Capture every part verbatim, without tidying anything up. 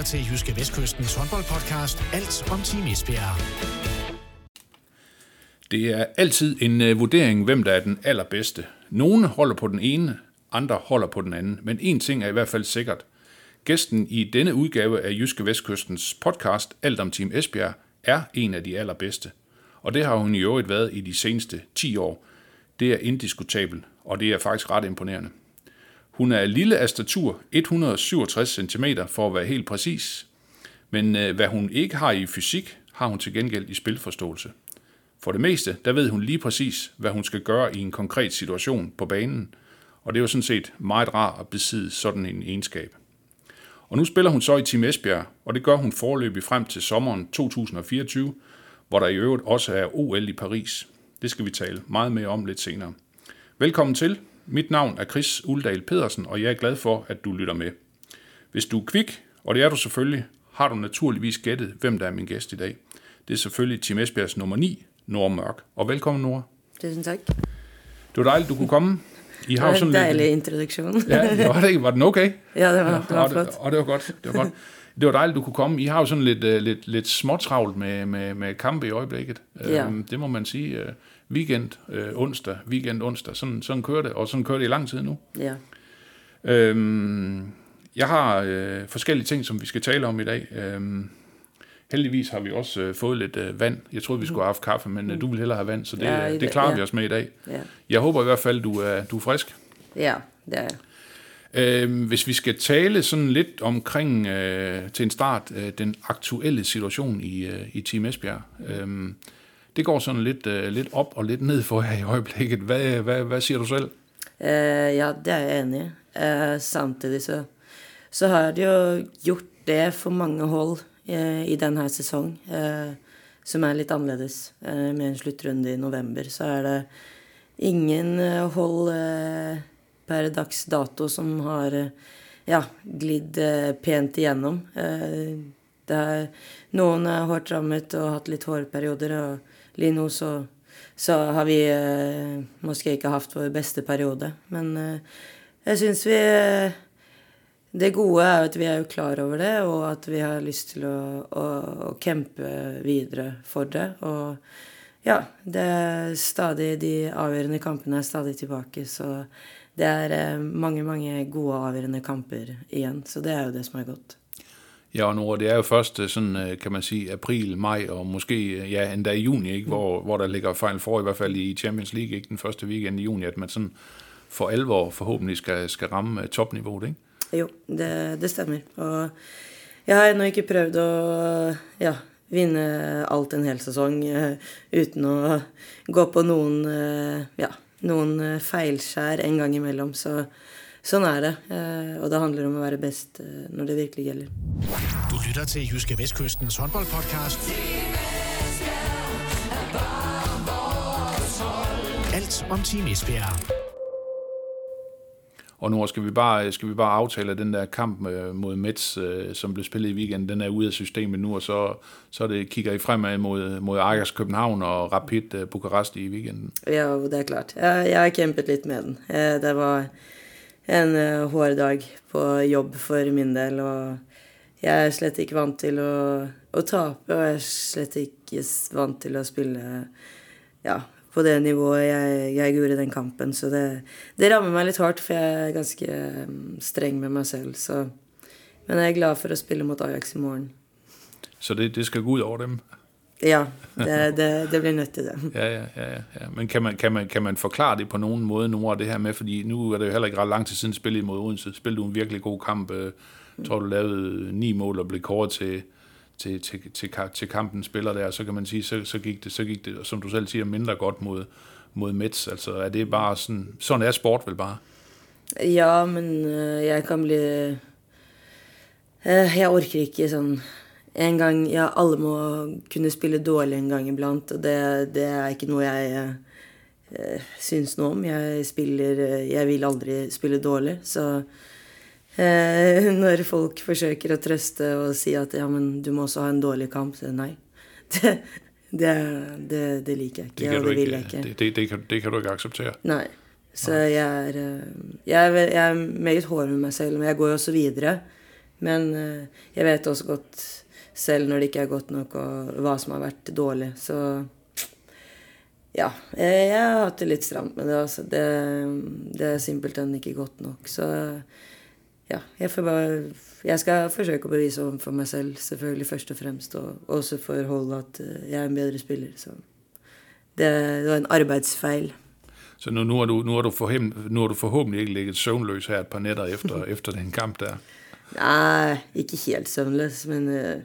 lytter til Jyske Vestkystens håndboldpodcast, Alt om Team Esbjerg. Det er altid en uh, vurdering, hvem der er den allerbedste. Nogle holder på den ene, andre holder på den anden. Men en ting er i hvert fald sikkert. Gæsten i denne udgave af Jyske Vestkystens podcast, Alt om Team Esbjerg, er en af de allerbedste. Og det har hun i øvrigt været i de seneste ti år. Det er indiskutabelt, og det er faktisk ret imponerende. Hun er lille af statur, et hundrede syvogtres centimeter for at være helt præcis. Men øh, hvad hun ikke har i fysik, har hun til gengæld i spilforståelse. For det meste, der ved hun lige præcis, hvad hun skal gøre i en konkret situation på banen. Og det er jo sådan set meget rart at besidde sådan en egenskab. Og nu spiller hun så i Team Esbjerg, og det gør hun foreløbig frem til sommeren to tusind og fireogtyve, hvor der i øvrigt også er O L i Paris. Det skal vi tale meget mere om lidt senere. Velkommen til. Mit navn er Chris Uldal Pedersen, og jeg er glad for, at du lytter med. Hvis du er kvik, og det er du selvfølgelig, har du naturligvis gættet, hvem der er min gæst i dag. Det er selvfølgelig Team Esbjergs nummer ni, Nora Mørk. Og velkommen, Nora. Tusind tak. Det var dejligt, du kunne komme. I har det var en dejlig lidt... introduktion. Ja, var, det, var den okay? Ja, det var, det var og flot. Det, og det var godt. Det var godt. Det var dejligt, du kunne komme. I har jo sådan lidt, uh, lidt, lidt småtravlt med, med, med kampe i øjeblikket. Ja. Um, det må man sige. Uh, weekend, uh, onsdag, weekend, onsdag. Sådan, sådan kører det, og sådan kører det i lang tid nu. Ja. Um, jeg har uh, forskellige ting, som vi skal tale om i dag. Um, heldigvis har vi også uh, fået lidt uh, vand. Jeg troede, vi skulle have haft kaffe, men uh, du vil hellere have vand, så det, ja, uh, det klarer ja. vi os med i dag. Ja. Jeg håber i hvert fald, du er, du er frisk. Ja, det er jeg. Øh, hvis vi skal tale sådan lidt omkring øh, til en start øh, den aktuelle situation i, øh, i Team Esbjerg. Øh, det går sådan lidt, øh, lidt op og lidt ned for jer i øjeblikket. Hvad, hvad, hvad siger du selv? Uh, ja, det er jeg enig i. Uh, samtidig så, så har de jo gjort det for mange hold uh, i denne sæson, uh, som er lidt anderledes. Uh, med en slutrunde i november, så er det ingen uh, hold... Uh, per dags dato som har ja, glidd pent igjennom. Det er, noen er hårdt rammet og hatt litt hårperioder, og lige nu så, så har vi eh, måske ikke haft vår bedste periode. Men eh, jeg synes vi, det gode er at vi er jo klar over det, og at vi har lyst til å, å, å kæmpe videre for det. Og ja, det er stadig, de avgjørende kampene er stadig tilbake, så det er mange, mange gode afgørende kamper igen, så det er jo det, som er godt. Ja, og Nora, det er jo først sådan, kan man sige, april, maj og måske ja, endda i juni, ikke? Hvor, hvor der ligger fejl for, i hvert fald i Champions League, ikke? Den første weekend i juni, at man sådan for alvor forhåbentlig skal, skal ramme topniveauet, ikke? Jo, det, det stemmer. Og jeg har endnu ikke prøvet at ja, vinde alt en hel sæson uh, uden at gå på nogen... Uh, ja, noen feilskjær en gang imellom, så sånn er det. Og det handler om å være best når det virkelig gjelder. Du lytter til Jyske Vestkystens håndboldpodcast. Alt om Team Esbjerg. Og nu skal vi bare skal vi bare aftale, at den der kamp mod Metz, som blev spillet i weekenden, den er ude af systemet nu, og så, så det kigger I fremad mod, mod Ajax København og Rapid Bukaresti i weekenden. Ja, det er klart. Jeg, jeg har kæmpet lidt med den. Det var en uh, hård dag på jobb for min del, og jeg er slet ikke vant til at, at tabe, og jeg er slet ikke vant til at spille ja, på det niveauet jeg, jeg gjorde i den kampen, så det, det rammer mig lidt hårdt, for jeg er ganske um, streng med mig selv, så, men jeg er glad for at spille mot Ajax i morgen. Så det, det skal gå ud over dem? Ja, det, det, det bliver nødt til det. Ja, ja, ja, ja. Men kan man, kan, man, kan man forklare det på nogen måde, Nora, det her med, fordi nu er det jo heller ikke ret lang tid siden spillet mod Odense. Spillede du en virkelig god kamp, jeg tror du lavede ni mål og blev kåret til... Til, til, til, til kampen spiller der, så kan man sige, så, så, gik det, så gik det, som du selv siger, mindre godt mod, mod Metz. Altså er det bare sådan, sådan er sport vel bare? Ja, men uh, jeg kan blive, uh, jeg orker ikke sådan, en gang, ja, alle må kunne spille dårligt en gang iblant, og det, det er ikke noget jeg uh, synes noe om. Jeg spiller, uh, jeg vil aldrig spille dårligt, så Eh, når folk forsøker å trøste og si at ja, men du må også ha en dårlig kamp, så nei. Det, det, det, det liker jeg ikke, det, og det vil jeg ikke. Det, det, det, kan, det kan du ikke akseptere. Nei, så jeg er, jeg er, jeg er meget hård med meg selv, men jeg går jo også videre Men uh, jeg vet også godt selv når det ikke er godt nok, og hva som har vært dårlig. Så ja, jeg, jeg har hatt det litt stramt med det, altså. Det, det er simpelthen ikke godt nok. Så ja, jeg får bare, jeg skal forsøke å bevise for meg selv, selvfølgelig først og fremst, og også for holde at jeg er en bedre spiller. Så det, det var en arbeidsfeil. Så nu, nu, er du, nu, er du forhåbentlig, nu er du forhåbentlig ikke ligget søvnløs her et par nætter efter, efter den kamp der? Nej, ikke helt søvnløs, men uh,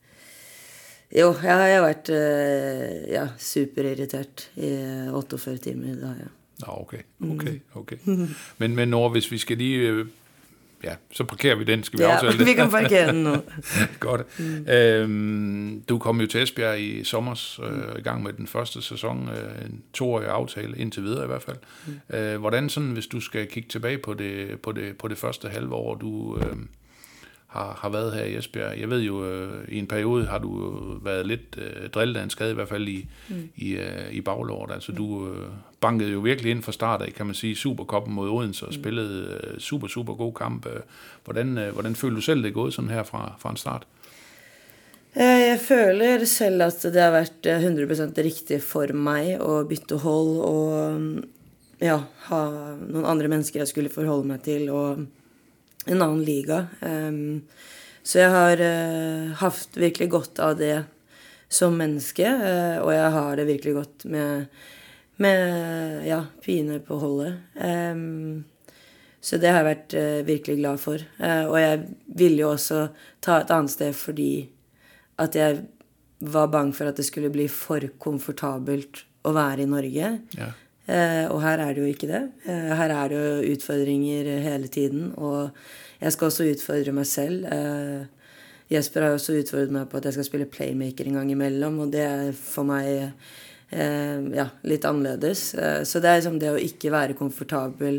jo, jeg har jeg vært uh, ja, superirritert i otteogfyrre timer, det har jeg. Nå, okay, okay, okay. Men, men når, hvis vi skal lige... Øh, ja, så parkerer vi den, skal vi ja, aftale det? vi kan parkere den nu. Godt. Mm. Øhm, du kom jo til Esbjerg i sommers, øh, i gang med den første sæson, øh, en toårig aftale, indtil videre i hvert fald. Mm. Øh, hvordan sådan, hvis du skal kigge tilbage på det, på det, på det første halve år, du øh, har, har været her i Esbjerg? Jeg ved jo, øh, i en periode har du været lidt øh, drillet af en skade, i hvert fald i, mm. i, øh, i baglåret. Altså du øh, bankede jo virkelig ind fra start af, kan man sige, Supercuppen mod Odense og mm. spillede øh, super, super god kamp. Hvordan, øh, hvordan føler du selv, det er gået sådan her fra, fra en start? Jeg føler selv at det har vært hundre prosent riktig for meg å bytte hold og ja, ha noen andre mennesker jeg skulle forholde meg til og en annen liga. Um, så jeg har uh, haft virkelig godt av det som menneske, uh, og jeg har det virkelig godt med, med ja, pine på holdet. Um, så det har jeg vært uh, virkelig glad for. Uh, og jeg ville jo også ta et annet sted fordi at jeg var bange for at det skulle bli for komfortabelt å være i Norge. Ja. Uh, og her er det jo ikke det. Uh, her er det jo utfordringer hele tiden, og jeg skal også utfordre meg selv. Uh, Jesper har også utfordret meg på at jeg skal spille playmaker en gang imellom, og det er for meg uh, ja, litt annerledes. Uh, så det er liksom det å ikke være komfortabel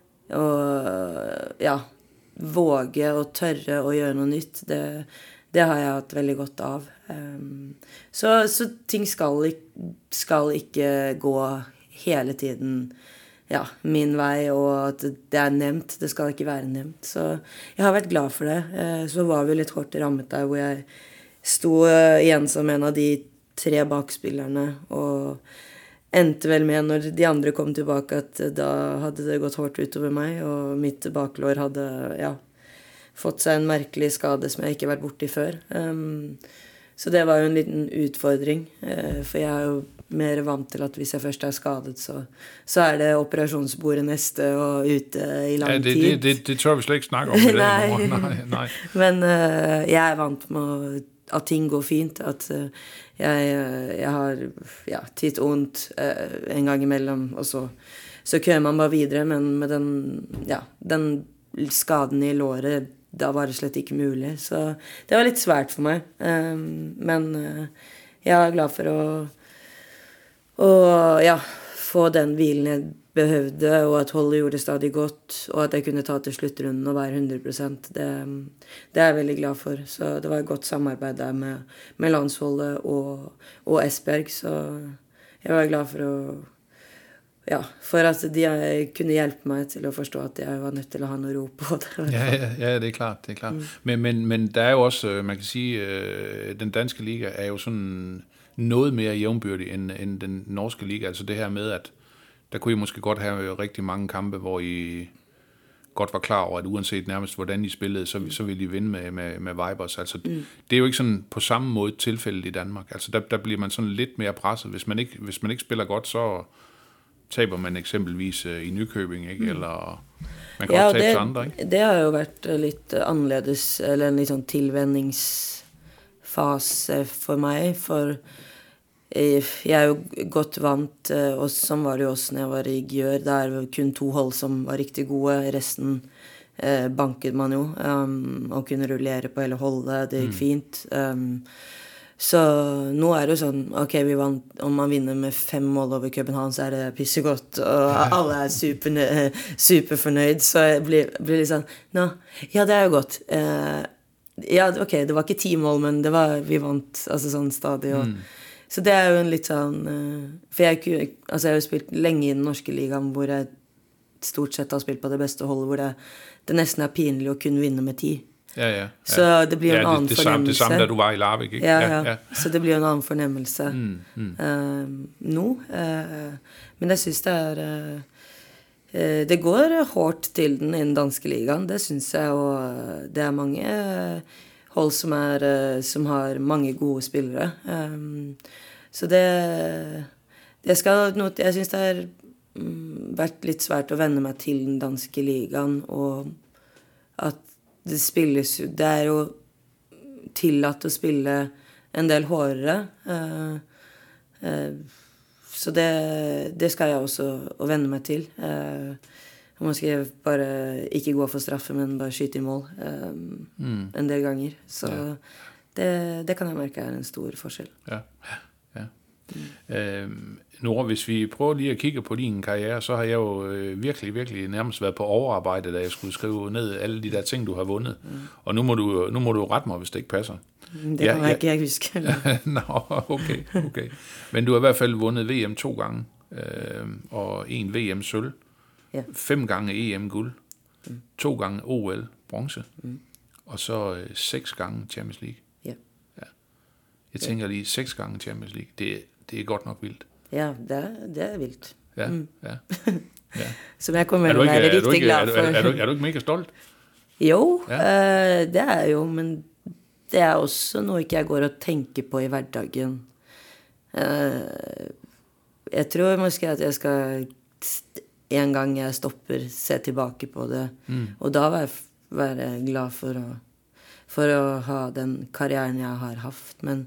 og ja, våge og tørre å gjøre noe nytt, det, det har jeg hatt veldig godt av. Um, så, så ting skal, skal ikke gå hele tiden ja, min vei, og at det er nemt, det skal ikke være nemt. Så jeg har vært glad for det. Så var vi litt hårdt rammet der, hvor jeg stod igjen som en av de tre bakspillerne, og endte vel med, når de andre kom tilbake, at da hadde det gått hårdt utover meg, og mitt baklår hadde, ja, fått seg en merkelig skade som jeg ikke har vært borte i før. Um, så det var jo en liten utfordring, uh, for jeg er jo mer vant til at hvis jeg først er skadet, så, så er det operasjonsbordet neste og ute i lang ja, det, tid. Det, det, det tør vi slet ikke snakke om i dag. nei. nei, nei. Men uh, jeg er vant med at ting går fint, at uh, jeg, jeg har ja, titt ondt uh, en gang imellom, og så, så kører man bare videre, men med den, ja, den skaden i låret, da var det slett ikke mulig. Så det var litt svært for meg. Um, men uh, jeg er glad for å og ja, få den hvilen jeg behøvde, og at holdet gjorde stadig godt, og at jeg kunne ta til sluttrunden og være hundre prosent. Det, det er jeg veldig glad for. Så det var et godt samarbeid der med, med landsholdet og, og Esbjerg, så jeg var glad for å ja, for at de kunne hjelpe meg til å forstå at jeg var nødt til å ha noe ro på det. Ja, ja, ja, det er klart, det er klart. Mm. Men, men, men der er jo også, man kan sige, den danske liga er jo sådan noget mere jævnbyrdig end, end den norske liga. Altså det her med, at der kunne I måske godt have rigtig mange kampe, hvor I godt var klar over, at uanset nærmest hvordan I spillede, så, så ville I vinde med, med, med Vipers. Altså, mm. Det er jo ikke sådan på samme måde tilfældet i Danmark. Altså der, der bliver man sådan lidt mere presset. Hvis man ikke, hvis man ikke spiller godt, så taber man eksempelvis uh, i Nykøbing, ikke? Mm. Eller man kan ja, også tabe det, til andre, ikke? Det har jo vært litt annerledes, eller en litt sånn tilvenningsfase for meg, for jeg er jo godt vant, og sånn var det jo også når jeg var i Gjør, der var kun to hold som var riktig gode, resten eh, banket man jo, um, og kunne rullere på hele holdet, det gikk mm. fint. Um, så nå er det jo sånn, ok, vi vant, om man vinner med fem mål over København, så er det pissegodt, og alle er super, super fornøyd, så jeg blir, blir litt sånn, nå, ja, det er jo godt. Uh, ja, ok, det var ikke ti mål, men det var, vi vant, altså sånn stadig, og mm. Så det er jo en litt sånn, for jeg, altså jeg har jo spilt lenge i den norske ligaen, hvor jeg stort sett har spilt på det beste holdet, hvor det, det nesten er pinlig å kunne vinne med ti. Ja, ja, ja. Så det bliver ja, en anden det, det samme, fornemmelse. Det samme, da du var i Larvik, ikke? Ja, ja, ja. Så det bliver en anden fornemmelse mm, mm. Uh, nu. Uh, men jeg synes det er... Uh, det går hårdt til den i den danske ligaen, det synes jeg, og det er mange hold som, er, som har mange gode spillere. Um, så det... Jeg, skal, jeg synes det har um, vært litt svært å vende meg til den danske ligaen, og at det spilles jo, det er jo tillatt å spille en del hårdere. Uh, uh, så det, det skal jeg også å vende meg til. Uh, man skal bare ikke gå for straffe, men bare skyte i mål uh, mm. en del ganger. Så ja. det, det kan jeg merke er en stor forskjell. Ja, ja. Mm. Øh, Nora, hvis vi prøver lige at kigge på din karriere, så har jeg jo øh, virkelig, virkelig nærmest været på overarbejde, da jeg skulle skrive ned alle de der ting, du har vundet. Mm. Og nu må du nu må du rette mig, hvis det ikke passer. Det ja, kan jeg ja. ikke huske. Nå, okay, okay. Men du har i hvert fald vundet V M to gange, øh, og en V M-sølv, ja. fem gange E M-guld, mm. to gange O L bronze, mm. og så øh, seks gange Champions League. Ja. Ja. Jeg tænker lige, seks gange Champions League, det, det er godt nok vildt. Ja, det er, det er vildt. Ja, mm. ja. ja. Som jeg kommer til at være rigtig ikke, glad for. Er du, er, du, er du ikke mega stolt? Jo, ja. øh, det er jo, men det er også noe ikke jeg går og tenker på i hverdagen. Uh, jeg tror måske at jeg skal en gang jeg stopper se tilbake på det, mm. og da være, være glad for å, for å ha den karrieren jeg har haft, men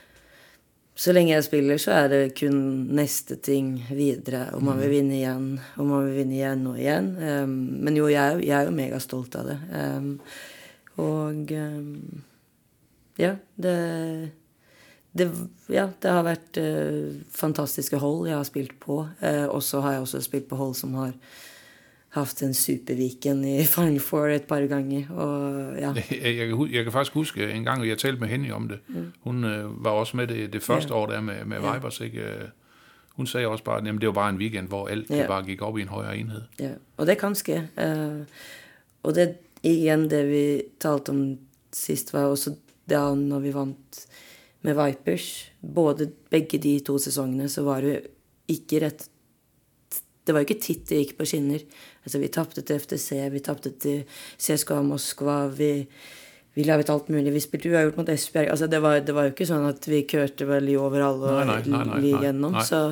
så lenge jeg spiller, så er det kun næste ting videre, og man vil vinne igjen, og man vil vinne igjen og igjen. Um, men jo, jeg, jeg er jo mega stolt av det. Um, og um, ja, det, det, ja, det har vært uh, fantastiske hold jeg har spilt på. Uh, og så har jeg også spilt på hold som har haft en superweekend i Final Four et par ganger. Og, ja. jeg, jeg, kan, jeg kan faktisk huske en gang, jeg talte med Henny om det. Mm. Hun øh, var også med det, det første ja. år der med, med ja. Vipers. Ikke? Hun sagde også bare, at det var bare en weekend, hvor alt ja. bare gik op i en højere enhed. Ja, og det kan ske. Uh, og det igen det vi talte om sist var også da når vi vant med Vipers. Både begge de to sæsonene så var det ikke rett. Det var jo ikke titt det gikk på skinner. Altså, vi tappte til F T C, vi tappte til C S K A Moskva, vi, vi lavet alt mulig. Vi spilte uavgjort mot Esbjerg. Altså, det var, det var jo ikke sånn at vi kørte vel i over alle nei, nei, nei, nei, nei, gjennom. nei. Så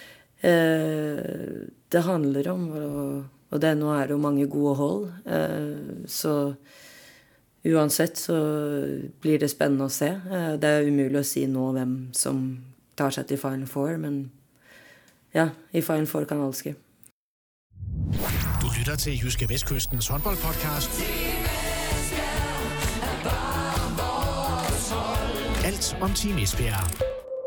eh, det handler om, og, og det nå er jo mange gode hold. Eh, så uansett så blir det spennende å se. Eh, det er umulig å si nå hvem som tar seg til Final Four, men ja, i Final Four kan alt ske. Du lytter til Jyske Vestkystens håndboldpodcast. Alt om Team Esbjerg.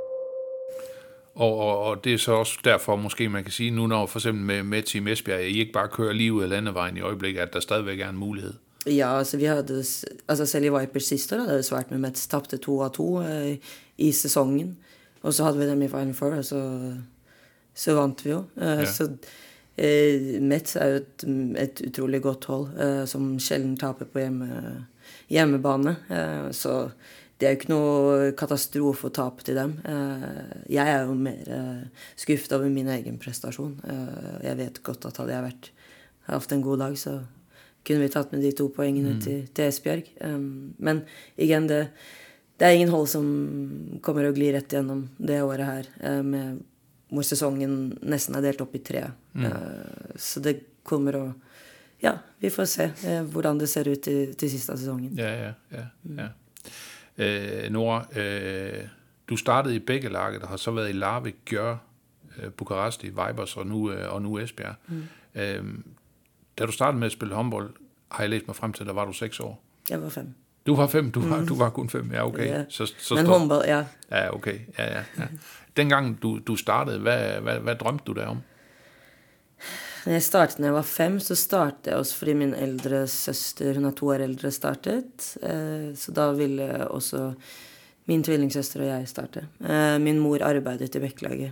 Og, og, og det er så også derfor, måske man kan sige, nu når for eksempel med, med Team Esbjerg, I ikke bare kører lige ud af landevejen i øjeblikket, at der stadigvæk er en mulighed. Ja, altså vi hadde, altså selv i Vipers sidste år hadde det svært med Mets, tappte to av to eh, i sesongen, og så hadde vi dem i Final Four, og så, så vant vi jo. Eh, ja. Så eh, Mets er jo et, et utrolig godt hold, eh, som sjelden taper på hjemme, hjemmebane, eh, så det er jo ikke noe katastrofe å tape til dem. Eh, jeg er jo mer eh, skuffet over min egen prestasjon. Eh, jeg vet godt at hadde jeg vært, haft en god dag, så kunne vi tatt med de to poengene mm. til, til Esbjerg. Um, men igen, det, det er ingen hold som kommer å gli rett gjennom det året her, uh, med hvor sesongen nesten er delt opp i tre. Mm. Uh, så det kommer å, ja, vi får se uh, hvordan det ser ut til, til siste sesongen. Ja, ja, ja. Mm. ja. Øh, Nora, øh, du startede i begge laget, og har så været i Larvik, Gjør, øh, Bukaresti, Vipers og nu, øh, og nu Esbjerg. Mm. Øh, Da du startede med at spille håndbold, har jeg læst mig frem til, der var du seks år. Jeg var fem. Du var fem? Du var, mm. du var kun fem? Ja, okay. Ja. Så, så Men står... håndbold, ja. Ja, okay. Ja, ja, ja. Dengang du, du startede, hvad, hvad, hvad drømte du der om? Når jeg startede, når jeg var fem, så startede jeg også, fordi min ældre søster, hun er to år ældre, startet. Så da ville også min tvillingsøster og jeg starte. Min mor arbeidet i Bekkelaget,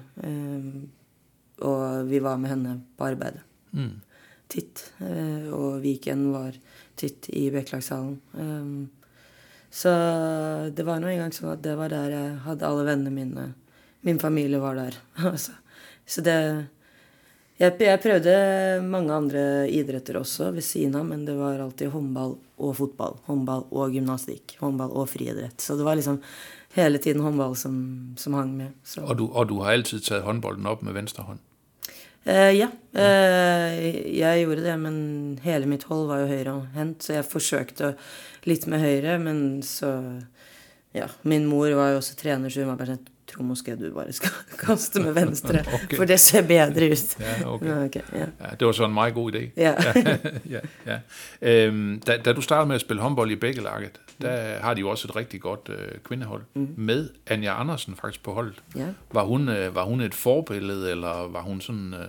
og vi var med henne på arbeidet. Mm. Titt, og weekenden var titt i B-lagshallen. Um, så det var nå en gang sånn at det var der jeg hadde alle vennene mine. Min familie var der. Altså. Så det... Jeg, jeg prøvde mange andre idretter også ved siden av, men det var alltid håndball og fotball. Håndball og gymnastikk. Håndball og friidrett. Så det var liksom hele tiden håndball som, som hang med. Så. Og, du, og du har altid taget håndbolden op med venstre hånd? Uh, ja, uh, jeg gjorde det, men hele mitt hold var jo høyrehendt, så jeg forsøkte litt med høyre, men så, ja, min mor var jo også trener, så hun var bare sånn, tror måske du bare skal kaste med venstre, okay. For det ser bedre ut. Ja, okay. Okay, ja. Ja, det var så en meget god idé. Ja. ja, ja. Øhm, da, da du startede med at spille håndbold i Bækkelaget, der har de jo også et rigtig godt øh, kvindehold. Mm. Med Anja Andersen faktisk på holdet. Ja. Var, hun, øh, var hun et forbillede, eller var hun sådan... Øh...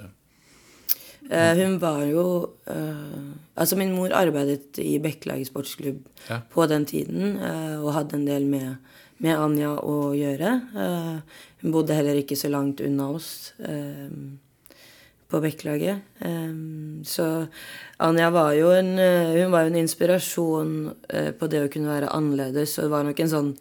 Uh, hun var jo... Uh, altså min mor arbeidet i Bækkelaget sportsklubb ja. På den tiden, uh, og hadde en del med... med Anja å gjøre. Uh, hun bodde heller ikke så langt unna oss uh, på Bækkelaget. Um, så Anja var jo en, uh, hun var jo en inspirasjon uh, på det å kunne være annerledes, og det var nok en sånn...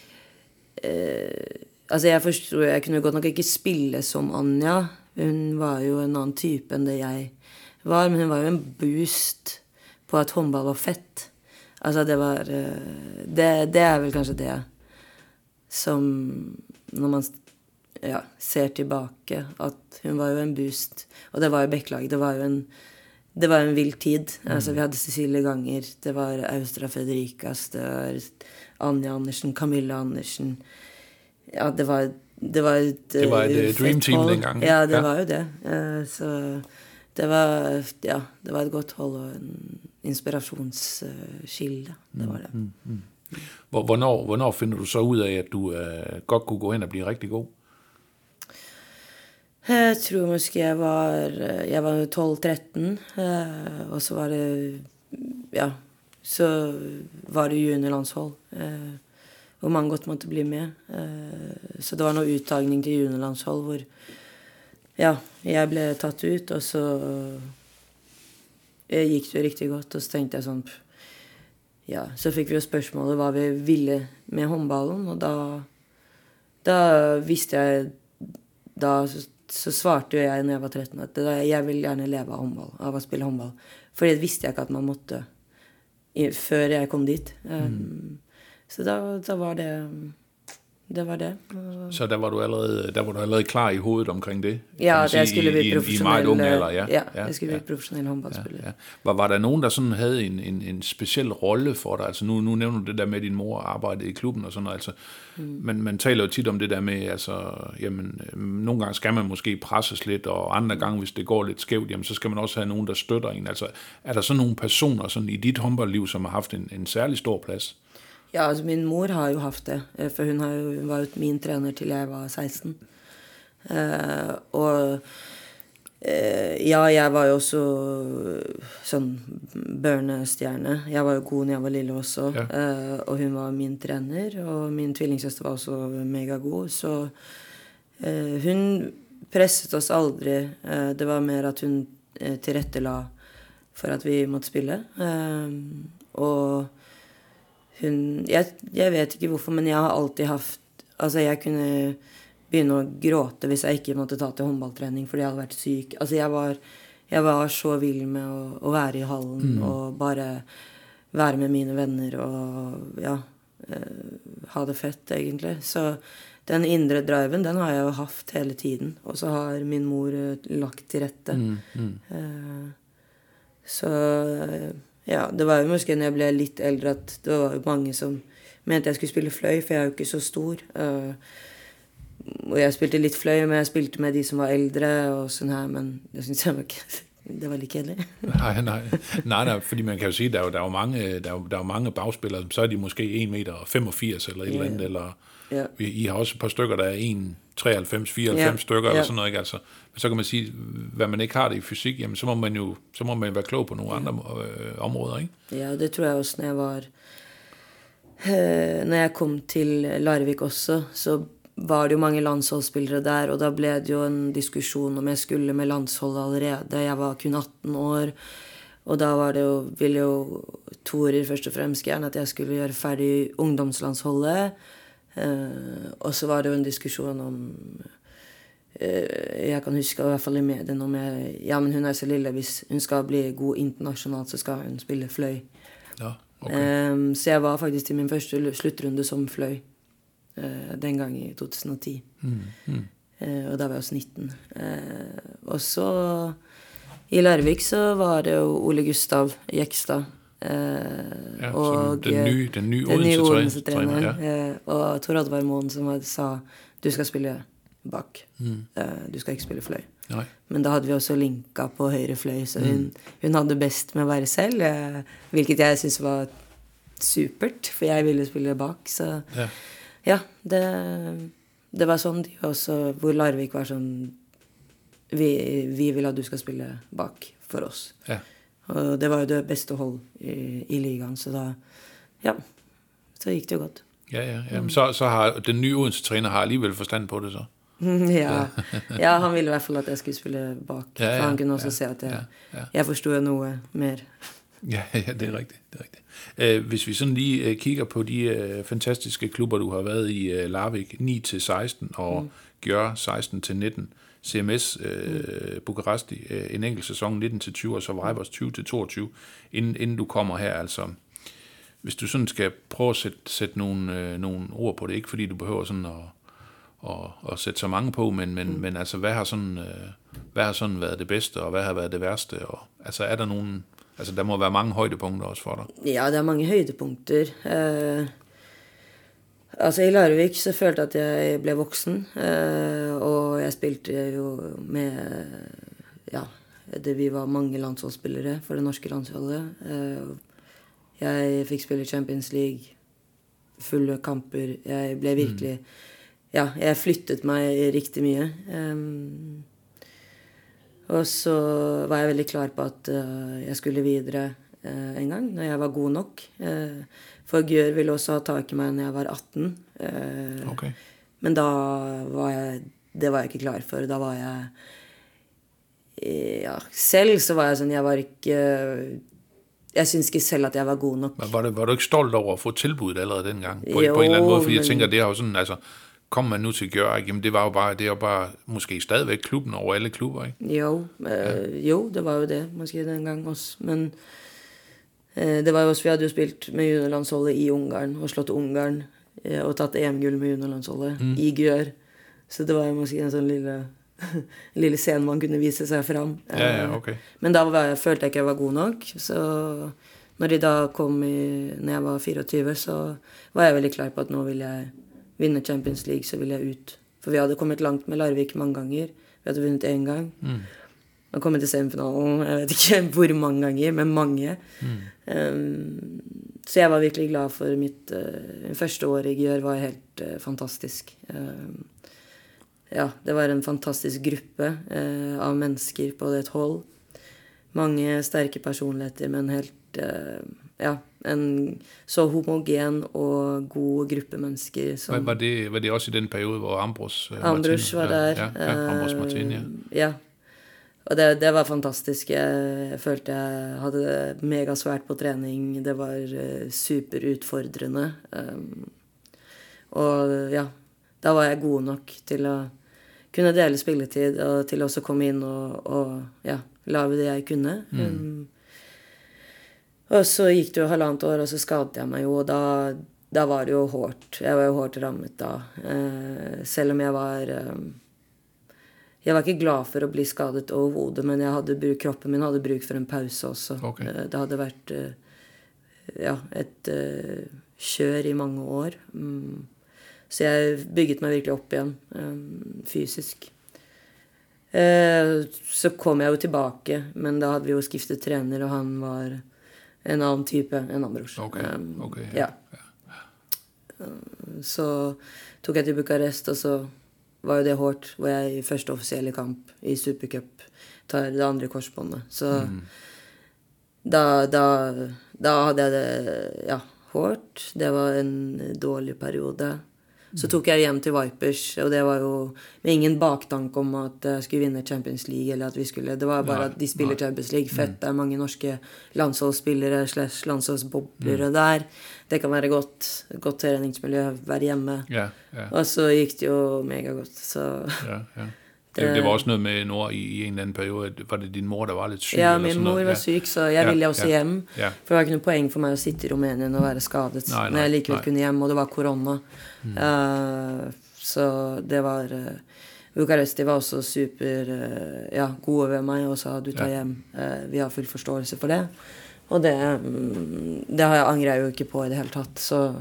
Uh, altså jeg forstår, jeg kunne godt nok ikke spille som Anja. Hun var jo en annen type enn det jeg var, men hun var jo en boost på at håndball var fett. Altså det var... Uh, det, det er vel kanskje det som når man ja, ser tilbake at hun var jo en boost, og det var jo Bækkelaget, det var jo en det var en vild tid, mm. Altså vi hadde Cecilie Ganger, det var Austra Federicas, det var Anja Andersen, Camilla Andersen, ja det var det var et, det var et uh, dream team den gang. Ja, det ja. Var jo det, uh, så det var ja, det var et godt hold og en inspirationskilde, uh, det var det. Mm, mm. Hvornår, hvornår finder du så ud af, at du øh, godt kunne gå hen og blive rigtig god? Jeg tror måske jeg var, jeg var tolv tretten, øh, og så var det, ja, så var det juniorlandshold, øh, hvor man godt måtte bli med. Øh, så det var noe uttagning til juniorlandshold, hvor ja, jeg ble tatt ut, og så øh, gikk det jo riktig godt, og så tenkte jeg sånn... Ja, så fikk vi jo spørsmålet hva vi ville med håndballen, og da, da visste jeg, da så, så svarte jo jeg når jeg var tretten, at da, jeg vil gjerne leve av håndball, av å spille håndball. For det visste jeg ikke at man måtte i, før jeg kom dit. Um, mm. Så da, da var det... Det var det. Så der var du allerede, der var du allerede klar i hovedet omkring det? Ja, det skulle bli professionel. Ja, ja, ja, det skulle bli professionel håndboldspiller. Ja, ja. Var, var der nogen, der sådan havde en, en, en speciel rolle for dig? Altså nu, nu nævner du det der med, at din mor arbejdede i klubben og sådan noget. Altså, mm. man, man taler jo tit om det der med, altså, jamen, nogle gange skal man måske presses lidt, og andre gange, hvis det går lidt skævt, jamen, så skal man også have nogen, der støtter en. Altså, er der sådan nogle personer sådan, i dit håndboldliv, som har haft en, en særlig stor plads? Ja, altså min mor har jo haft det, for hun, har jo, hun var jo min trener til jeg var seksten. Uh, og uh, ja, jeg var jo også sånn børnestjerne. Jeg var jo god når jeg var lille også, ja. uh, og hun var min trener, og min tvillingsøster var også mega god, så uh, hun presset oss aldri. Uh, det var mer at hun uh, tilrettela for at vi måtte spille. Uh, og Hun, jeg, jeg vet ikke hvorfor, men jeg har alltid haft... Altså, jeg kunne begynne å gråte hvis jeg ikke måtte ta til håndballtrening, fordi jeg hadde vært syk. Altså, jeg var, jeg var så vild med å, å være i hallen, mm. og bare være med mine venner, og ja, eh, ha det fett, egentlig. Så den indre driven, den har jeg jo haft hele tiden, og så har min mor lagt til rette. Mm. Mm. Eh, så... Ja, det var jo måske når jeg ble litt eldre at det var jo mange som mente jeg skulle spille fløy, for jeg er jo ikke så stor. Uh, og jeg spilte litt fløy, men jeg spilte med de som var eldre og sånn her, men det synes jeg var ikke... Det var litt kedelig. nej, nej. nej, nej, fordi man kan jo sige, der er jo, der er jo mange, der er jo, der er jo mange bagspillere, så er de måske en meter femogfirs eller et yeah. eller andet, eller ja. I har også et par stykker, der er en meter treoghalvfems fireoghalvfems ja. stykker, ja. Eller sådan noget, ikke? Altså, men så kan man sige, hvad man ikke har det i fysik, jamen så må man jo så må man være klog på nogle ja. Andre øh, områder, ikke? Ja, det tror jeg også, når jeg var øh, når jeg kom til Larvik også, så var det jo mange landsholdsspillere der, og da ble det jo en diskusjon om jeg skulle med landsholdet allerede. Jeg var kun atten år, Og da var det jo, ville jo Torer først og fremst gjerne at jeg skulle gjøre ferdig ungdomslandsholdet. Uh, og så var det jo en diskusjon om uh, jeg kan huske i hvert fall i medien om jeg, ja, men hun er så lille, hvis hun skal bli god internasjonalt så skal hun spille fløy. Ja, okay. um, så jeg var faktisk til min første sluttrunde som fløy uh, den gang i to tusen og ti. Mm, mm. Uh, og da var jeg også nitten. Uh, og så i Larvik så var det jo Ole Gustav Jekstad. Uh, ja, og den nye, den nye den nye Odense-træner, ja. uh, og Tor Oddvar Moen som var, sa du skal spille bak, mm. uh, du skal ikke spille fløy. Nej. Men da hadde vi også linka på høyre fløy, så hun, mm. hun hadde best med å være selv, uh, hvilket jeg synes var supert, for jeg ville spille bak, så ja, ja det, det var sånn de også, hvor Larvik var sånn vi, vi vil at du skal spille bak for oss. Ja. Og det var jo det beste hold i, i ligaen, så da, ja, så gikk det jo godt. Ja, ja, ja. Men så, så har den nye Odense-træner har alligevel forstand på det så. ja. ja, han ville i hvert fall at jeg skulle spille bak, ja, ja, for han kunne også ja, se at jeg, ja, ja. jeg forstod noe mer. Ja, ja, det er rigtigt, det er rigtigt. Uh, hvis vi sådan lige uh, kigger på de uh, fantastiske klubber, du har været i, uh, Larvik ni til seksten og mm. Gjør seksten til nitten, C M S uh, mm. Bukaresti uh, en enkelt sæson nitten til tyve, og så Vipers tyve til toogtyve, inden, inden du kommer her, altså. Hvis du sådan skal prøve at sætte, sætte nogle, uh, nogle ord på det, ikke fordi du behøver sådan at, at, at sætte så mange på, men, men, mm. men altså, hvad har, sådan, uh, hvad har sådan været det bedste, og hvad har været det værste? Og, altså, er der nogen... Altså, der må være mange højdepunkter også for dig. Ja, det er mange høydepunkter. Eh, altså, i Larvik så følte jeg at jeg ble voksen, eh, og jeg spilte jo med, ja, det vi var mange landsholdsspillere for det norske landsholdet. Eh, jeg fikk spille Champions League, fulle kamper. Jeg ble virkelig, mm. ja, jeg flyttet meg riktig mye. Um, Og så var jeg veldig klar på at uh, jeg skulle videre uh, en gang, når jeg var god nok. Uh, for Gjør ville også ha tak i meg når jeg var atten. Uh, okay. Men da var jeg, det var jeg ikke klar for. Da var jeg, ja, selv så var jeg sånn, jeg var ikke, jeg synes ikke selv at jeg var god nok. Men var, det, var du ikke stolt over at få tilbuddet allerede dengang? På, jo, på en eller anden måde, fordi men... jeg tænker, det har jo sådan, altså... Kom man nu til Gjør, jamen det var jo bare, det er jo bare måske stadigvæk klubben over alle klubber, ikke? Jo, øh, ja. jo, det var jo det, måske den gang også, men øh, det var jo også, vi hadde jo spilt med juniorlandsholdet i Ungarn, og slått Ungarn, øh, og tatt E M-gull med juniorlandsholdet mm. i Gjør, så det var jo måske en sånn lille, lille scene man kunne vise seg fram. Ja, ja, okay. Men da var jeg, følte jeg ikke jeg var god nok, så når de da kom i, når jeg var fireogtyve, så var jeg veldig klar på at nå ville jeg vinne Champions League, så ville jeg ut. For vi hadde kommet langt med Larvik mange ganger. Vi hadde vunnet en gang. Mm. Og kommet til semifinalen, jeg vet ikke hvor mange ganger, men mange. Mm. Um, så jeg var virkelig glad for mitt uh, første år i Gjør var helt uh, fantastisk. Um, ja, det var en fantastisk gruppe uh, av mennesker på det hold. Mange sterke personligheter, men helt... Uh, ja, en så homogen og god gruppe mennesker. Som var, det, var det også i den periode, hvor Ambros uh, Ambros var der. Ja, ja, Ambros Martin, ja. Ja, og det, det var fantastisk. Jeg, jeg følte jeg hadde det mega svært på trening. Det var uh, superutfordrende. Um, og ja, da var jeg god nok til å kunne dele spilletid, og til også komme inn og, og ja, lave det jeg kunne. Mm. Um, Og så gikk det jo halvannet år, og så skadet jeg meg jo, og da, da var det jo hårdt. Jeg var jo hårdt rammet da. Eh, selv om jeg var... Eh, jeg var ikke glad for å bli skadet overhodet, men jeg hadde bruk, kroppen min hadde bruk for en pause også. Okay. Eh, det hadde vært eh, ja, et eh, kjør i mange år. Mm. Så jeg bygget meg virkelig opp igjen, eh, fysisk. Eh, så kom jeg jo tilbake, men da hadde vi jo skiftet trener, og han var... en annen type enn Ambros. Okay, okay, um, ja. ja. Så tok jeg til Bukarest, og så var jo det hårdt, hvor jeg i første offisielle kamp i Supercup tar det andre korsbåndet. Så mm. da, da, da hadde jeg det, ja, hårdt. Det var en dårlig periode. Så tok jeg hjem til Vipers, og det var jo med ingen baktank om at jeg skulle vinne Champions League, eller at vi skulle, det var bare Nej, at de spiller nej. Champions League, fett, det er mange norske landsholdsspillere, slash landsholdsboblere der, det kan være godt, godt træningsmiljø, være hjemme, Ja, ja. og så gik det jo mega godt, så... Ja, ja. Det, det var også noget med Nord i, i en eller anden periode. Var det din mor, der var lidt syg? Ja, eller min sådan mor noget? var Ja. syk, så jeg Ja, ville også ja, hjem. ja. For det var ikke noe poeng for meg å sitte i Rumænien og være skadet. Nej, nej, når jeg likevel nej. kunne hjem, og det var korona. Mm. Uh, så det var... Uh, Bukaresti var også super uh, ja, gode ved meg, og sa du tar Ja. hjem. Uh, vi har full forståelse for det. Og det, um, det har jeg angret jeg jo ikke på i det hele tatt, så...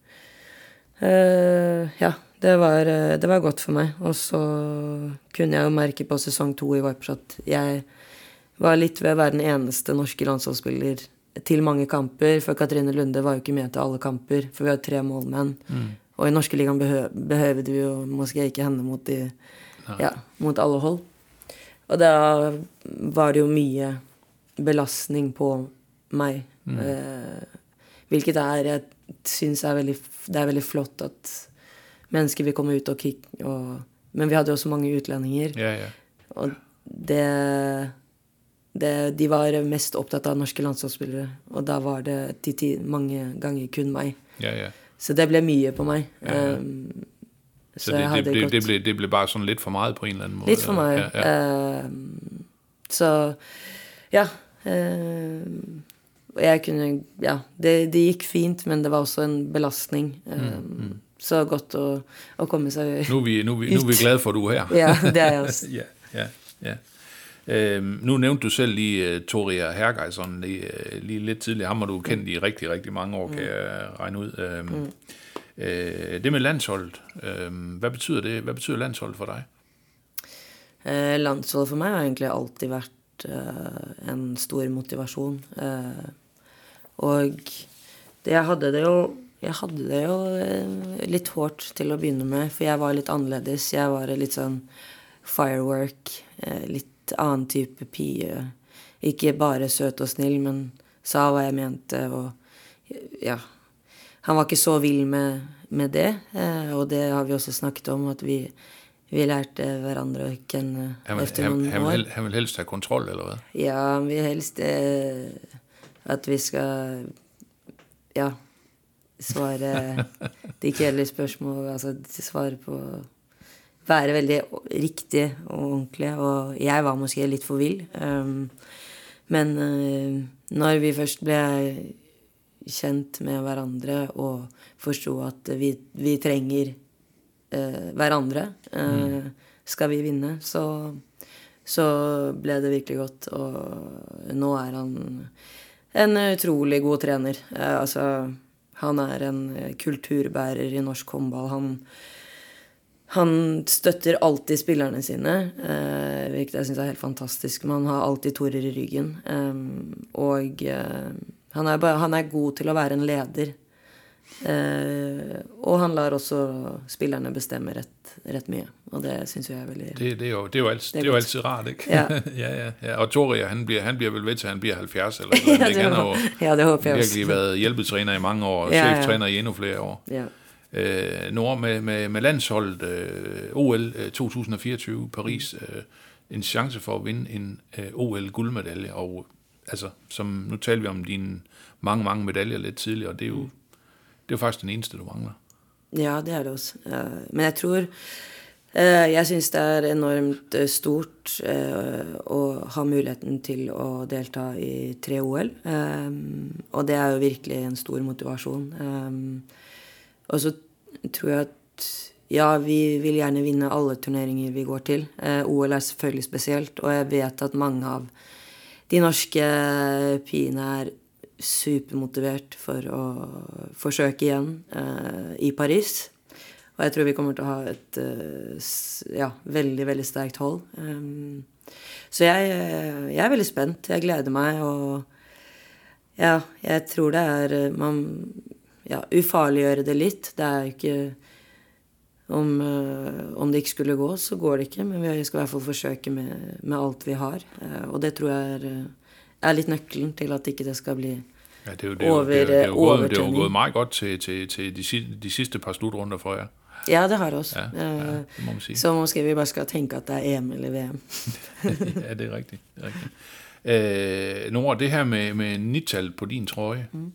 Uh, ja, det var, det var godt for meg. Og så kunne jeg jo merke på sesong to i Vipers at jeg var litt ved å være den eneste norske landsholdsspiller til mange kamper, for Katrine Lunde var jo ikke med til alle kamper, for vi har tre målmenn. Mm. Og i norske ligaen behø behøver du jo måske ikke hende mot, de, ja, mot alle hold. Og da var det jo mye belastning på meg. Mm. Eh, hvilket er, jeg synes er veldig, det er veldig flott at mennesker vil komme ut og kikke, og, men vi hadde jo så mange utlendinger. Ja, ja. Og det, det, de var mest opptatt av norske landslagsspillere, og da var det til tid, mange ganger kun meg. Ja, ja. Så det ble mye på meg. Ja, ja. Um, så så det, det, det, det, ble, det ble bare sådan lidt for meget på en eller anden måde? Litt for meg. Ja, ja. Um, så, ja. Um, jeg kunne, ja, det, det gikk fint, men det var også en belastning. Um, mm, mm. Så godt å, å komme seg ut. Nu er, vi, nu, er vi, nu er vi glade for, at du er her. Ja, det er jeg også. ja, ja, ja. Øhm, nu nævnte du selv lige uh, Toria Hergeirsson lige, uh, lige lidt tidligere. Ham har du kendt i rigtig, rigtig mange år, kan mm. jeg regne ud. Øhm, mm. øh, det med landsholdet, øhm, hvad betyder det? Hvad betyder landsholdet for dig? Eh, landsholdet for meg har egentlig alltid vært eh, en stor motivasjon. Eh, og det, jeg hadde det jo, jeg hadde det jo eh, litt hårdt til å begynne med, for jeg var litt annerledes. Jeg var litt sånn firework, eh, litt annen type pie. Ikke bare søt og snill, men sa hva jeg mente, og ja, han var ikke så vill med, med det, eh, og det har vi også snakket om, at vi, vi lærte hverandre å kjenne efter noen han, år. han, han vil helst ha kontroll, eller hvad? Ja, han vil helst eh, at vi skal, ja, svare de kjedelige spørsmål, altså svare på, være veldig riktig og ordentlig, og jeg var måske litt for vild. Um, men uh, når vi først ble kjent med hverandre og forstod at vi, vi trenger uh, hverandre, uh, mm. skal vi vinne, så, så ble det virkelig godt, og nå er han en utrolig god trener. Uh, altså, han er en kulturbærer i norsk håndball. Han Han støtter alltid spillerne sine, eh, hvilket jeg synes er helt fantastisk. Man har alltid torer i ryggen. Um, og eh, han, er bare, han er god til å være en leder. Eh, og han lar også spillerne bestemme rett, rett mye. Og det synes jeg er veldig... Det, det, er, jo, det, er, jo altid, det, er, det er jo altid rart, ikke? Ja. ja, ja, ja. Og Toria, han bliver, han bliver vel ved til, han bliver halvfjerds, eller noget. ja, det han har jo ja, det håber jeg også. virkelig været hjælpetræner i mange år, og ja, cheftræner i endnu flere år. Ja. Øh, Nord med, med, med landsholdet øh, O L øh, to tusind fireogtyve Paris, øh, en chance for at vinde en øh, O L guldmedalje, og altså, som nu taler vi om dine mange, mange medaljer lidt tidligere, og det er jo, det er jo faktisk den eneste, du mangler. Ja, det er det også. Uh, men jeg tror, uh, jeg synes det er enormt uh, stort uh, å ha muligheten til å delta i tre O L, um, og det er jo virkelig en stor motivasjon. Um, Og så tror jeg at, ja, vi vil gjerne vinne alle turneringer vi går til. Eh, O L er selvfølgelig spesielt, og jeg vet at mange av de norske piene er supermotivert for å forsøke igjen eh, i Paris. Og jeg tror vi kommer til å ha et eh, ja, veldig, veldig sterkt hold. Um, så jeg, jeg er veldig spent. Jeg gleder meg, og ja, jeg tror det er... Man, ja, ufarliggjøre det litt. Det er ikke om, uh, om det ikke skulle gå, så går det ikke, men vi skal i hvert fall forsøke med, med alt vi har. Uh, og det tror jeg er, er litt nøkkelen til at ikke det skal bli ja, det er jo, det er jo, over, det er jo, det er jo, gået, det er jo overtømning. gået meget godt til, til, til de, de sidste par slutrunder for jer. Ja, det har det også. Ja, ja, det må man sige. Så måske vi bare skal tænke, at der er E M eller V M. Ja, det er rigtigt. Det er rigtigt. Øh, Nora, det her med, med nittal på din trøje, mm.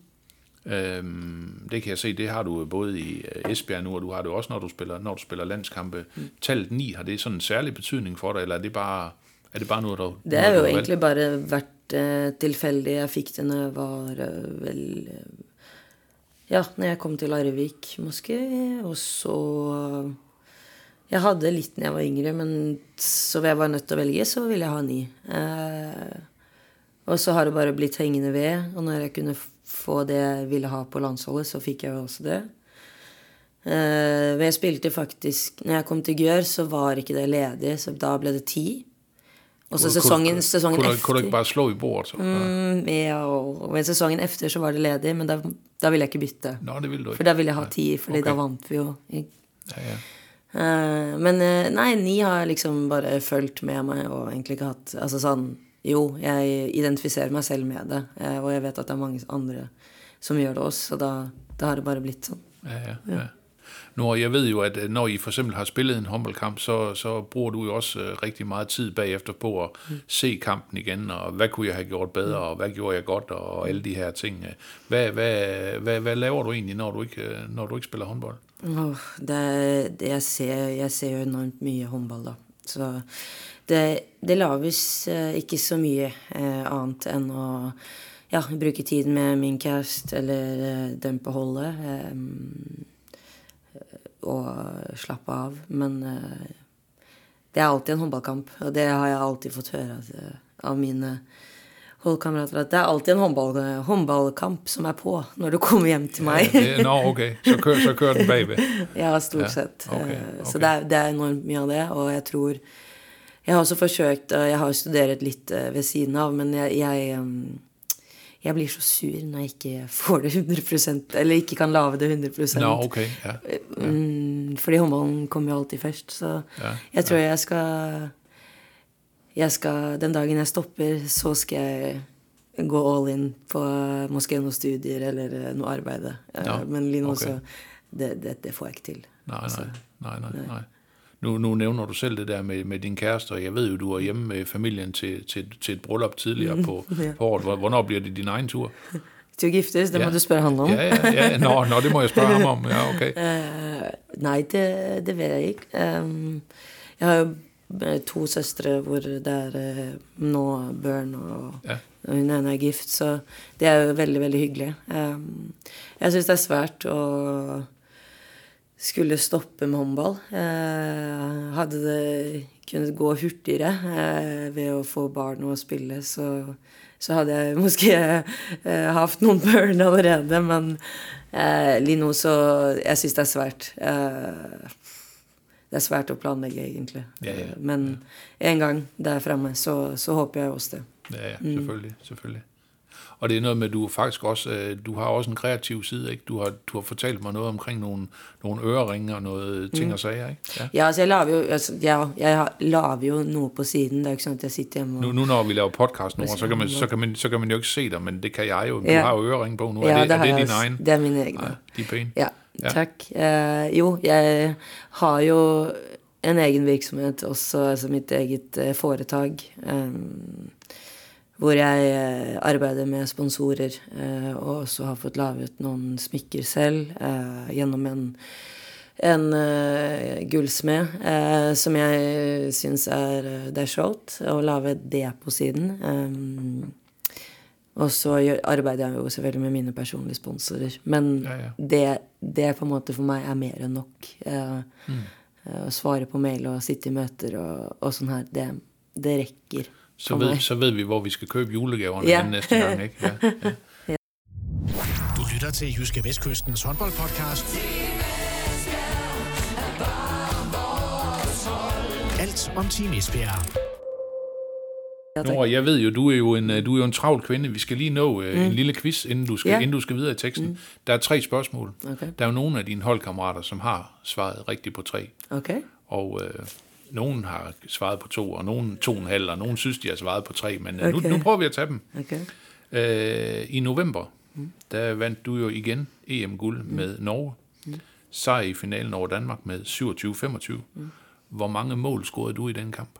øhm, det kan jeg se, det har du både i Esbjerg nu, og du har det også, når du spiller, når du spiller landskampe. Mm. Tallet ni, har det sådan en særlig betydning for dig, eller er det bare, er det bare noget, der... Det har jo egentlig bare været uh, tilfældigt. Jeg fik det, når jeg var uh, vel... Uh, ja, når jeg kom til Larvik, måske, og så... Uh, jeg havde lidt, når jeg var yngre, men så jeg var nødt til at vælge, så ville jeg ha ni. Uh, og så har det bare blitt hængende ved, og når jeg kunne få det jeg ville ha på landsholdet, så fik jeg jo også det. Uh, jeg spilte faktisk, når jeg kom til Gjør, så var ikke det ledig, så da blev det ti. Og så sæsonen, sæsonen kunne, efter... Kunne du ikke bare slå i bordet? Så? Mm, ja, og, og sæsonen efter så var det ledig, men da, da ville jeg ikke bytte. Nå, det ville du ikke. For da ville jeg ha ti, for okay. Da vant vi jo. Ikke? Ja, ja. Uh, men uh, nej, ni har liksom bare følt med mig, og egentlig ikke hatt, altså sådan, jo, jeg identifiserer mig selv med det, uh, og jeg vet at der er mange andre, som gør det også, så da, da har det bare blitt sådan. Ja, ja, ja. ja. Når jeg ved jo, at når I for eksempel har spillet en håndboldkamp, så, så bruger du jo også uh, rigtig meget tid bagefter på at mm. se kampen igen, og hvad kunne jeg have gjort bedre, og hvad gjorde jeg godt, og alle de her ting. Hvad, hvad, hvad, hvad laver du egentlig, når du ikke, når du ikke spiller håndbold? Oh, det, det jeg ser, jeg ser jo enormt mye håndbold da. Så det, det laves uh, ikke så mye uh, annet enn å ja, bruke tid med min kæreste eller uh, dem på holdet. Um, og slappe av, men uh, det er alltid en håndballkamp, og det har jeg alltid fått høre uh, av mine holdkammerater, at det er alltid en håndball, håndballkamp som er på, når du kommer hjem til mig. Ja, det, no, okay, så kører, så kører den bagved. Ja, stort ja, sett. okay, okay. Så det er, det er enormt mye av det, og jeg tror, jeg har også forsøkt, og jeg har studeret lidt uh, ved siden av, men jeg, jeg um, jeg blir så sur når jeg ikke får det hundre prosent, eller ikke kan lave det hundre prosent. Nå, okay, ja. ja. Mm, fordi håndballen kommer jo alltid først, så ja, jeg tror ja. jeg skal, jeg skal, den dagen jeg stopper, så skal jeg gå all in på måske nogle studier eller noget arbejde. Ja, men lige nu okay. så, det, det, det får jeg ikke til. Nej, nej, nej, nej, nej. Nu, nu nævner du selv det der med, med din kæreste, og jeg ved jo, du er hjemme med familien til, til, til et bryllup tidligere mm, på, ja. på året. Hvornår bliver det din egen tur? Til at giftes, det ja. må du spørge ham om. Ja, ja, ja. Nå, nå, det må jeg spørge ham om. Ja, okay. Uh, nej, det, det ved jeg ikke. Um, jeg har jo to søstre, hvor det er uh, nå børn, og, ja. og hun ene er gift, så det er jo veldig, veldig hyggelig. Um, jeg synes det er svært å skulle stoppe med håndball. Eh, hadde det kunnet gå hurtigere eh, ved å få barn og spille, så, så hadde jeg måske eh, haft nogle børn allerede, men eh, lige nu så, jeg synes det er svært. Eh, det er svært at planlægge egentlig. Ja, ja, men ja. en gang der fremme, så, så håber jeg også det. Ja, ja, selvfølgelig, mm. selvfølgelig. Og det er noget med, at du faktisk også, du har også en kreativ side, ikke? Du har, du har fortalt mig noget omkring nogle, nogle øreringe og noget ting mm. og sager, ikke? Ja, ja altså jeg laver jo, altså, ja, jeg laver jo noget på siden, det er ikke sådan, at jeg sitter hjemme og... Nu, nu når vi laver podcast nu, så kan, man, så, kan man, så kan man jo ikke se dig, men det kan jeg jo. Du ja. har jo øreringe på nu. Ja, er det, det er det din egen? Det er min egen. Nej, de er pæne. Ja, ja. tak. Uh, jo, jeg har jo en egen virksomhed, også altså mit eget uh, foretag, um, hvor jeg arbejder med sponsorer, eh, og også har fått lavet nogle smykker selv eh, gennem en, en eh, guldsmed, eh, som jeg synes er, det er sjovt at lave det på siden. Um, og så arbejder jeg jo selvfølgelig med mine personlige sponsorer, men ja, ja. Det, det på en måte for mig er mere end nok. Eh, mm. At svare på mail og sitte i møter og, og sådan her, det, det rækker. Så ved, så ved vi, hvor vi skal købe julegaverne ja. næste gang, ikke? Ja, ja. Ja. Du lytter til Jyske Vestkystens håndboldpodcast. Alt om Team Esbjerg. Nora, jeg ved jo, du er jo en, du er jo en travl kvinde. Vi skal lige nå uh, mm. en lille quiz, inden du skal, ja. inden du skal videre i teksten. Mm. Der er tre spørgsmål. Okay. Der er jo nogle af dine holdkammerater, som har svaret rigtigt på tre. Okay. Og... Uh, nogen har svaret på to, og nogen to og en halv, og nogen synes, de har svaret på tre, men okay. nu, nu prøver vi at tage dem. Okay. Øh, I november, mm. der vandt du jo igen E M-guld mm. med Norge. Mm. sejr i finalen over Danmark med syvogtyve femogtyve. Mm. Hvor mange mål scorede du i den kamp?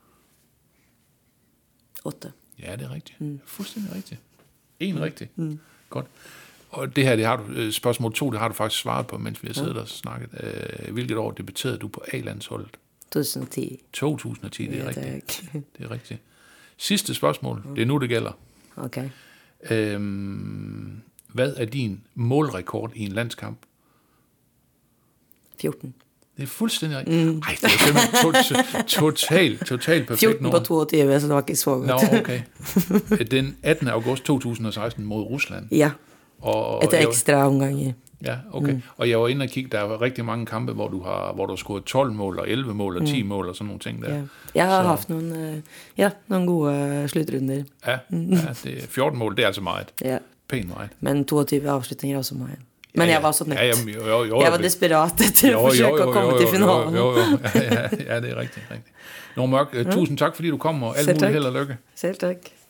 otte. Ja, det er rigtigt. Mm. Fuldstændig rigtigt. En mm. rigtig. Mm. Godt. Og det her, det har du, spørgsmål to, det har du faktisk svaret på, mens vi har siddet ja. og snakket. Hvilket år debuterede du på A-landsholdet? to tusind og ti. to tusind og ti, det er ja, rigtigt. Det er, det er rigtigt. Sidste spørgsmål, mm. det er nu, det gælder. Okay. Øhm, hvad er din målrekord i en landskamp? fjorten. Det er fuldstændig rigtigt. Mm. Ej, det er simpelthen totalt, totalt perfekt. fjorten på toogtyve, så det var ikke så godt. Nå, okay. Den attende august to tusind og seksten mod Rusland. Ja, og, et ekstra omgang. Ja, okay. Mm. Og jeg var inde og kigge, der var rigtig mange kampe, hvor du har, hvor du har scoret tolv mål, og elleve mål, og ti mm. mål, og sådan nogle ting der. Ja. Jeg har så. haft nogle, ja, nogle gode slutrunder. Ja, mm. ja det er fjorten mål, det er altså meget. Ja. Pænt meget. Men toogtyve afslutninger er også meget. Men ja, jeg var så nødt. Ja, ja, jo, jo, jo, jeg var desperat til at forsøge at komme til finalen. Jo, jo, jo. Ja, ja, ja, det er rigtigt. rigtigt. Nå, Mørk, mm. tusind tak, fordi du kom, og alt muligt held og lykke. Selv tak.